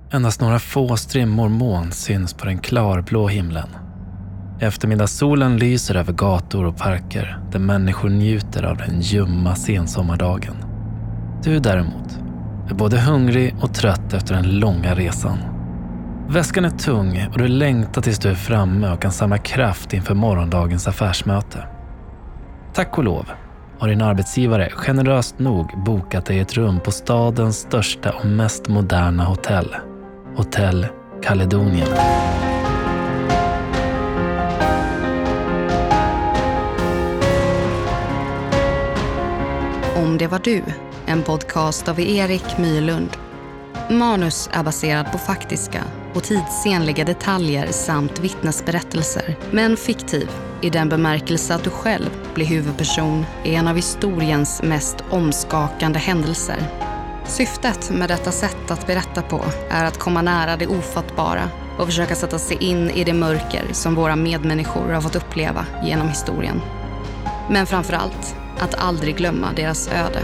Endast några få strimmor moln syns på den klarblå himlen. Eftermiddagssolen lyser över gator och parker där människor njuter av den ljumma sensommardagen. Du däremot är både hungrig och trött efter den långa resan. Väskan är tung och du längtar tills du är framme och kan samla kraft inför morgondagens affärsmöte. Tack och lov har din arbetsgivare generöst nog bokat dig ett rum på stadens största och mest moderna hotell. Hotell Caledonien. Om det var du, en podcast av Erik Myrlund. Manus är baserad på faktiska och tidsenliga detaljer samt vittnesberättelser, men fiktiv i den bemärkelse att du själv blir huvudperson i en av historiens mest omskakande händelser. Syftet med detta sätt att berätta på är att komma nära det ofattbara och försöka sätta sig in i det mörker som våra medmänniskor har fått uppleva genom historien. Men framförallt att aldrig glömma deras öde.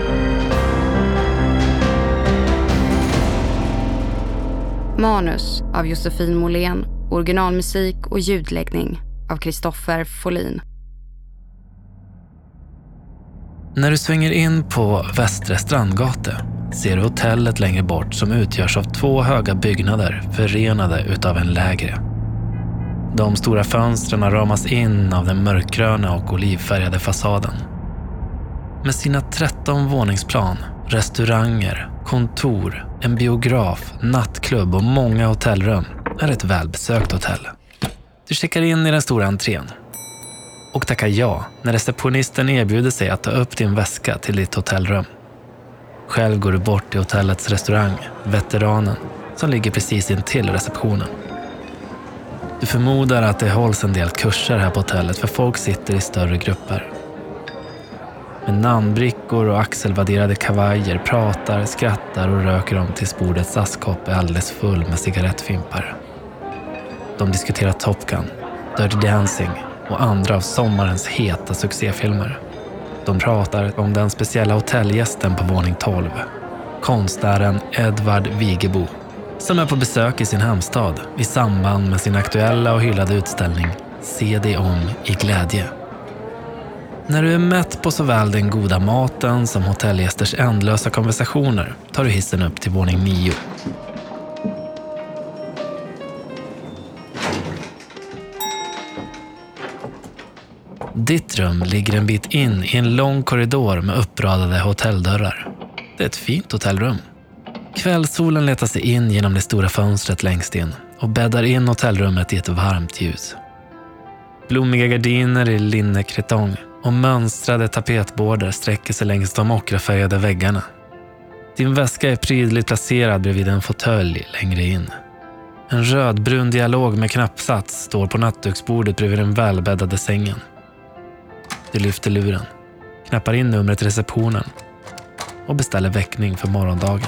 Manus av Josefin Måhlén, originalmusik och ljudläggning av Kristoffer Folin. När du svänger in på Västra Strandgate ser du hotellet längre bort som utgörs av 2 höga byggnader förenade utav en lägre. De stora fönstren ramas in av den mörkgröna och olivfärgade fasaden. Med sina 13 våningsplan, restauranger, kontor, en biograf, nattklubb och många hotellrum är ett välbesökt hotell. Du checkar in i den stora entrén och tackar ja när receptionisten erbjuder sig att ta upp din väska till ditt hotellrum. Själv går du bort till hotellets restaurang, Veteranen, som ligger precis intill receptionen. Du förmodar att det hålls en del kurser här på hotellet för folk sitter i större grupper. Med namnbrickor och axelvadderade kavajer pratar, skrattar och röker de tills bordets askkopp är alldeles full med cigarettfimpar. De diskuterar Top Gun, Dirty Dancing och andra av sommarens heta succéfilmer. De pratar om den speciella hotellgästen på våning 12, konstnären Edvard Vigebo, som är på besök i sin hemstad i samband med sin aktuella och hyllade utställning Se dig om i glädje. När du är mätt på såväl den goda maten som hotellgästers ändlösa konversationer tar du hissen upp till våning 9. Ditt rum ligger en bit in i en lång korridor med uppradade hotelldörrar. Det är ett fint hotellrum. Kvällssolen letar sig in genom det stora fönstret längst in och bäddar in hotellrummet i ett varmt ljus. Blommiga gardiner i linnekretong och mönstrade tapetborder sträcker sig längs de ockrafärgade väggarna. Din väska är prydligt placerad bredvid en fåtölj längre in. En rödbrun dialog med knappsats står på nattduksbordet bredvid den välbäddade sängen. Du lyfter luren, knappar in numret till receptionen och beställer väckning för morgondagen.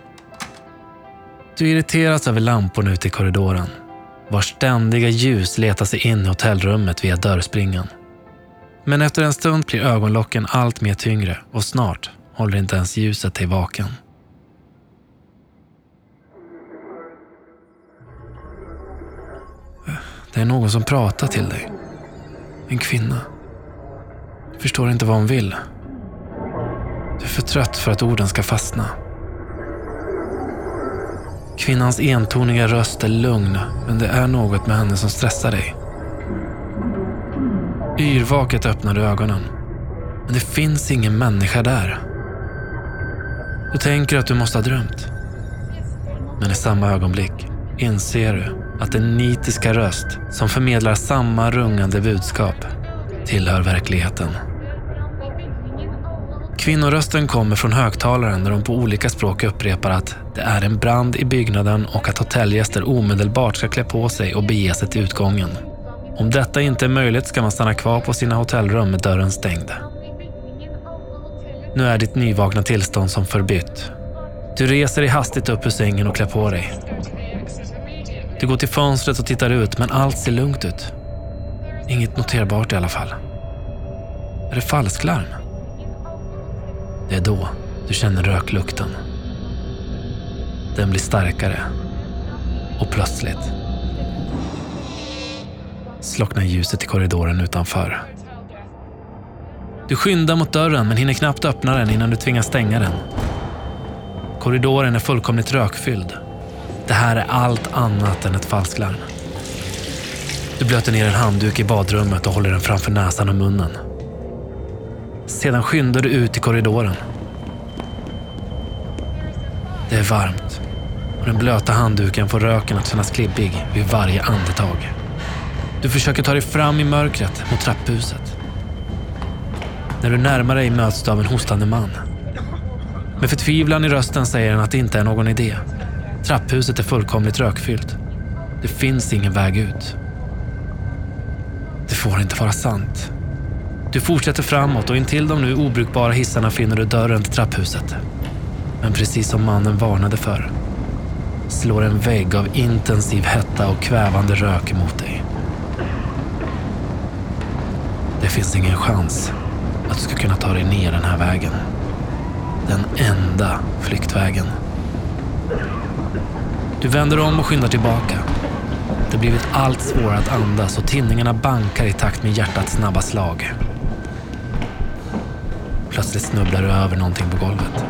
Du irriteras över lamporna ute i korridoren, vars ständiga ljus letar sig in i hotellrummet via dörrspringan. Men efter en stund blir ögonlocken allt mer tyngre och snart håller inte ens ljuset dig vaken. Det är någon som pratar till dig. En kvinna. Du förstår inte vad hon vill. Du är för trött för att orden ska fastna. Kvinnans entoniga röst är lugn, men det är något med henne som stressar dig. Yrvaket öppnar du ögonen, men det finns ingen människa där. Du tänker att du måste ha drömt. Men i samma ögonblick inser du att den nitiska röst som förmedlar samma rungande budskap tillhör verkligheten. Kvinnorösten kommer från högtalaren där de på olika språk upprepar att det är en brand i byggnaden och att hotellgäster omedelbart ska klä på sig och bege sig till utgången. Om detta inte är möjligt ska man stanna kvar på sina hotellrum med dörren stängd. Nu är ditt nyvakna tillstånd som förbytt. Du reser dig hastigt upp ur sängen och klär på dig. Du går till fönstret och tittar ut, men allt ser lugnt ut. Inget noterbart i alla fall. Är det falsklarm? Det är då du känner röklukten. Den blir starkare. Och plötsligt slocknar ljuset i korridoren utanför. Du skyndar mot dörren men hinner knappt öppna den innan du tvingas stänga den. Korridoren är fullkomligt rökfylld. Det här är allt annat än ett falsklarm. Du blöter ner en handduk i badrummet och håller den framför näsan och munnen. Sedan skyndar du ut i korridoren. Det är varmt och den blöta handduken får röken att kännas klibbig vid varje andetag. Du försöker ta dig fram i mörkret mot trapphuset. När du närmar dig möts du av en hostande man. Med förtvivlan i rösten säger han att det inte är någon idé. Trapphuset är fullkomligt rökfyllt. Det finns ingen väg ut. Det får inte vara sant. Du fortsätter framåt och intill de nu obrukbara hissarna finner du dörren till trapphuset. Men precis som mannen varnade för slår en vägg av intensiv hetta och kvävande rök mot dig. Det finns ingen chans att du ska kunna ta dig ner den här vägen. Den enda flyktvägen. Du vänder om och skyndar tillbaka. Det har blivit allt svårare att andas och tinningarna bankar i takt med hjärtats snabba slag. Plötsligt snubblar du över någonting på golvet.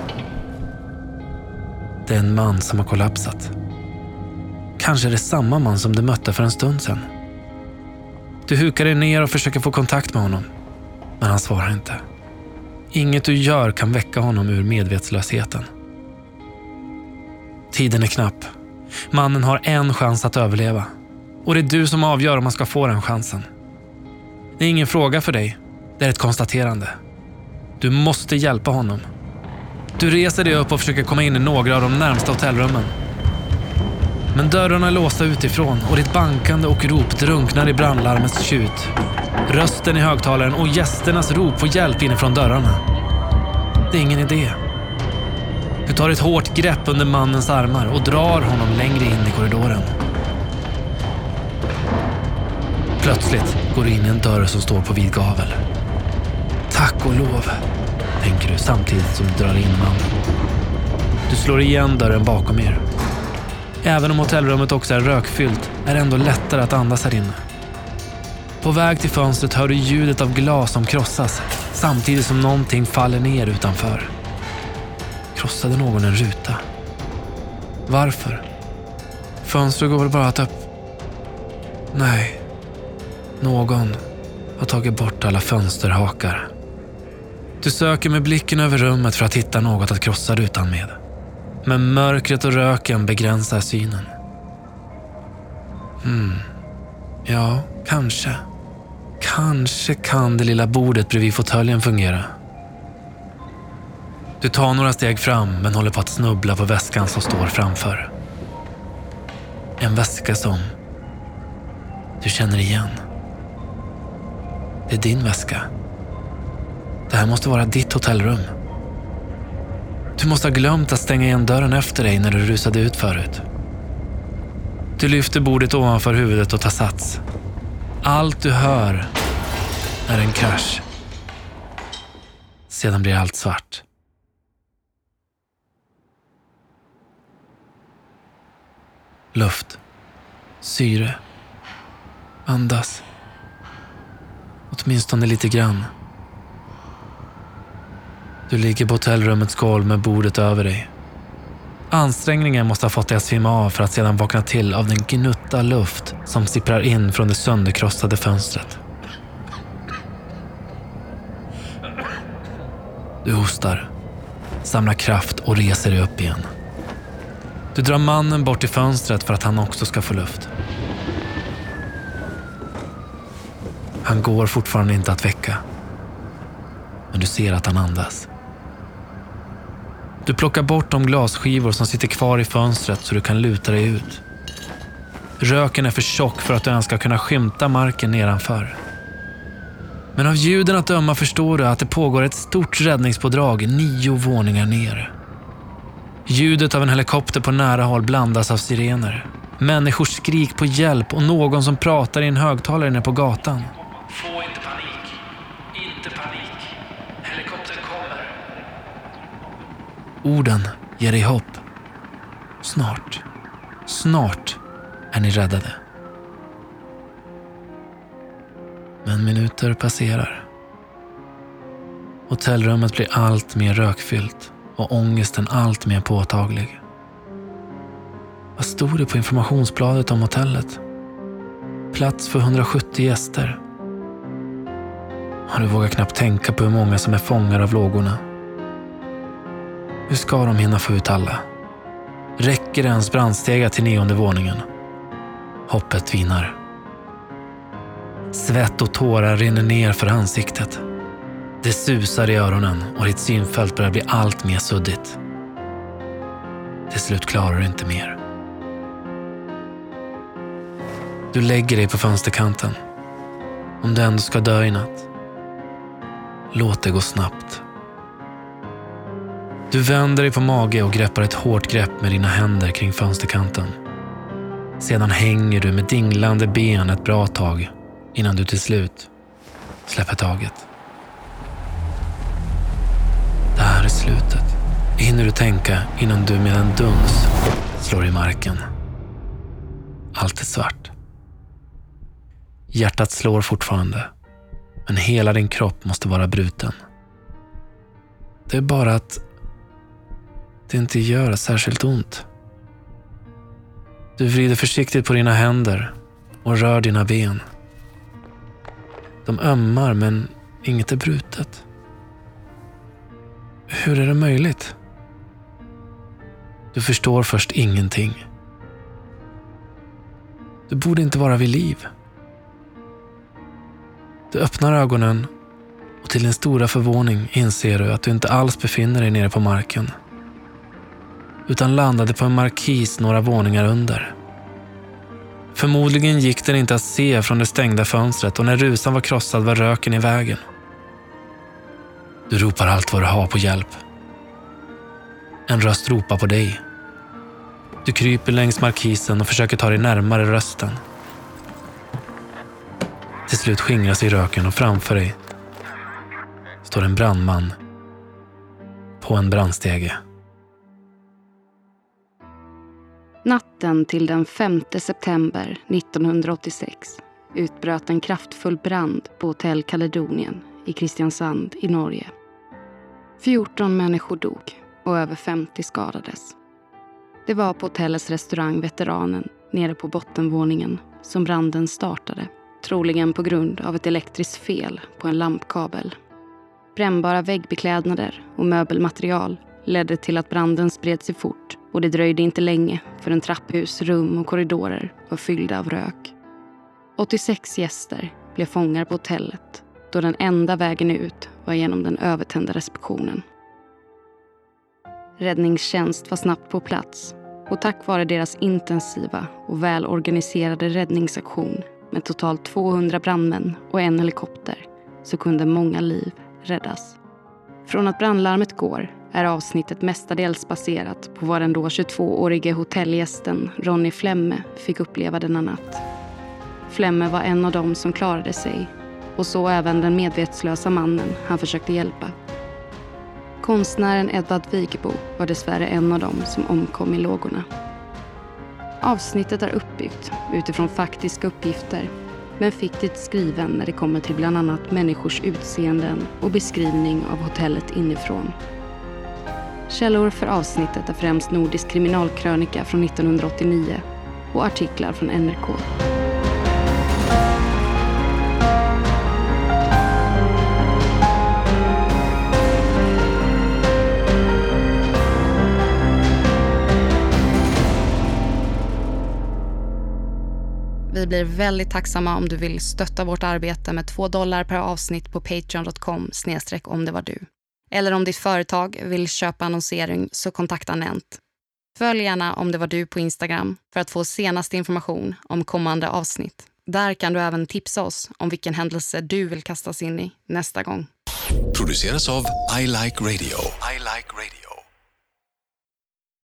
Det är en man som har kollapsat. Kanske är det samma man som du mötte för en stund sedan. Du hukar dig ner och försöker få kontakt med honom. Men han svarar inte. Inget du gör kan väcka honom ur medvetslösheten. Tiden är knapp. Mannen har en chans att överleva. Och det är du som avgör om man ska få den chansen. Det är ingen fråga för dig. Det är ett konstaterande. Du måste hjälpa honom. Du reser dig upp och försöker komma in i några av de närmsta hotellrummen. Men dörrarna är låsta utifrån och ditt bankande och rop drunknar i brandlarmets tjut. Rösten i högtalaren och gästernas rop på hjälp inifrån dörrarna. Det är ingen idé. Du tar ett hårt grepp under mannens armar och drar honom längre in i korridoren. Plötsligt går du in i en dörr som står på vid gavel. Tack och lov, tänker du samtidigt som du drar in mannen. Du slår igen dörren bakom er. Även om hotellrummet också är rökfyllt är det ändå lättare att andas här inne. På väg till fönstret hör du ljudet av glas som krossas samtidigt som någonting faller ner utanför. Krossade någon en ruta? Varför? Fönstret går väl bara att Nej. Någon har tagit bort alla fönsterhakar. Du söker med blicken över rummet för att hitta något att krossa rutan med. Men mörkret och röken begränsar synen. Ja, kanske. Kanske kan det lilla bordet bredvid fåtöljen fungera. Du tar några steg fram men håller på att snubbla på väskan som står framför. En väska som du känner igen. Det är din väska. Det här måste vara ditt hotellrum. Du måste ha glömt att stänga igen dörren efter dig när du rusade ut förut. Du lyfter bordet ovanför huvudet och tar sats. Allt du hör är en krasch. Sedan blir allt svart. Luft. Syre. Andas. Åtminstone lite grann. Du ligger på hotellrummets golv med bordet över dig. Ansträngningen måste ha fått dig att svimma av för att sedan vakna till av den gnutta luft som sipprar in från det sönderkrossade fönstret. Du hostar, samlar kraft och reser dig upp igen. Du drar mannen bort till fönstret för att han också ska få luft. Han går fortfarande inte att väcka. Men du ser att han andas. Du plockar bort de glasskivor som sitter kvar i fönstret så du kan luta dig ut. Röken är för tjock för att du ens ska kunna skymta marken nedanför. Men av ljuden att döma förstår du att det pågår ett stort räddningspådrag 9 våningar ner. Ljudet av en helikopter på nära håll blandas av sirener. Människors skrik på hjälp och någon som pratar i en högtalare inne på gatan. Få inte panik. Inte panik. Helikoptern kommer. Orden ger dig hopp. Snart är ni räddade. Men minuter passerar. Hotellrummet blir allt mer rökfyllt och ångesten allt mer påtaglig. Vad stod det på informationsbladet om hotellet? Plats för 170 gäster. Och du vågar knappt tänka på hur många som är fångar av lågorna. Hur ska de hinna få ut alla? Räcker det ens brandstega till 9:e våningen? Hoppet tvinar. Svett och tårar rinner ner för ansiktet. Det susar i öronen och ditt synfält börjar bli allt mer suddigt. Till slut klarar du inte mer. Du lägger dig på fönsterkanten. Om du ändå ska dö i natt, låt det gå snabbt. Du vänder dig på mage och greppar ett hårt grepp med dina händer kring fönsterkanten. Sedan hänger du med dinglande ben ett bra tag innan du till slut släpper taget. Det här är slutet, hinner du tänka innan du med en duns slår i marken. Allt är svart. Hjärtat slår fortfarande, men hela din kropp måste vara bruten. Det är bara att det inte gör särskilt ont. Du vrider försiktigt på dina händer och rör dina ben. De ömmar, men inget är brutet. Hur är det möjligt? Du förstår först ingenting. Du borde inte vara vid liv. Du öppnar ögonen och till din stora förvåning inser du att du inte alls befinner dig nere på marken, utan landade på en markis några våningar under. Förmodligen gick den inte att se från det stängda fönstret och när rusan var krossad var röken i vägen. Du ropar allt vad du har på hjälp. En röst ropar på dig. Du kryper längs markisen och försöker ta dig närmare rösten. Till slut skingras i röken och framför dig står en brandman på en brandstege. Natten till den 5 september 1986 utbröt en kraftfull brand på Hotell Caledonien i Kristiansand i Norge. 14 människor dog och över 50 skadades. Det var på hotellets restaurang Veteranen nere på bottenvåningen som branden startade, troligen på grund av ett elektriskt fel på en lampkabel. Brännbara väggbeklädnader och möbelmaterial ledde till att branden spred sig fort och det dröjde inte länge förrän trapphus, rum och korridorer var fyllda av rök. 86 gäster blev fångar på hotellet då den enda vägen ut var genom den övertända receptionen. Räddningstjänst var snabbt på plats och tack vare deras intensiva och välorganiserade räddningsaktion med totalt 200 brandmän och en helikopter så kunde många liv räddas. Från att brandlarmet går är avsnittet mestadels baserat på vad den då 22-årige hotellgästen Ronny Flemme fick uppleva denna natt. Flemme var en av dem som klarade sig och så även den medvetslösa mannen han försökte hjälpa. Konstnären Edvard Vigebo var dessvärre en av dem som omkom i lågorna. Avsnittet är uppbyggt utifrån faktiska uppgifter men fiktivt skriven när det kommer till bland annat människors utseenden och beskrivning av hotellet inifrån. Källor för avsnittet är främst Nordisk kriminalkrönika från 1989 och artiklar från NRK. Vi blir väldigt tacksamma om du vill stötta vårt arbete med $2 per avsnitt på patreon.com/omdevardU. Eller om ditt företag vill köpa annonsering så kontakta Nent. Följ gärna Om det var du på Instagram för att få senaste information om kommande avsnitt. Där kan du även tipsa oss om vilken händelse du vill kastas in i nästa gång. Produceras av I Like Radio.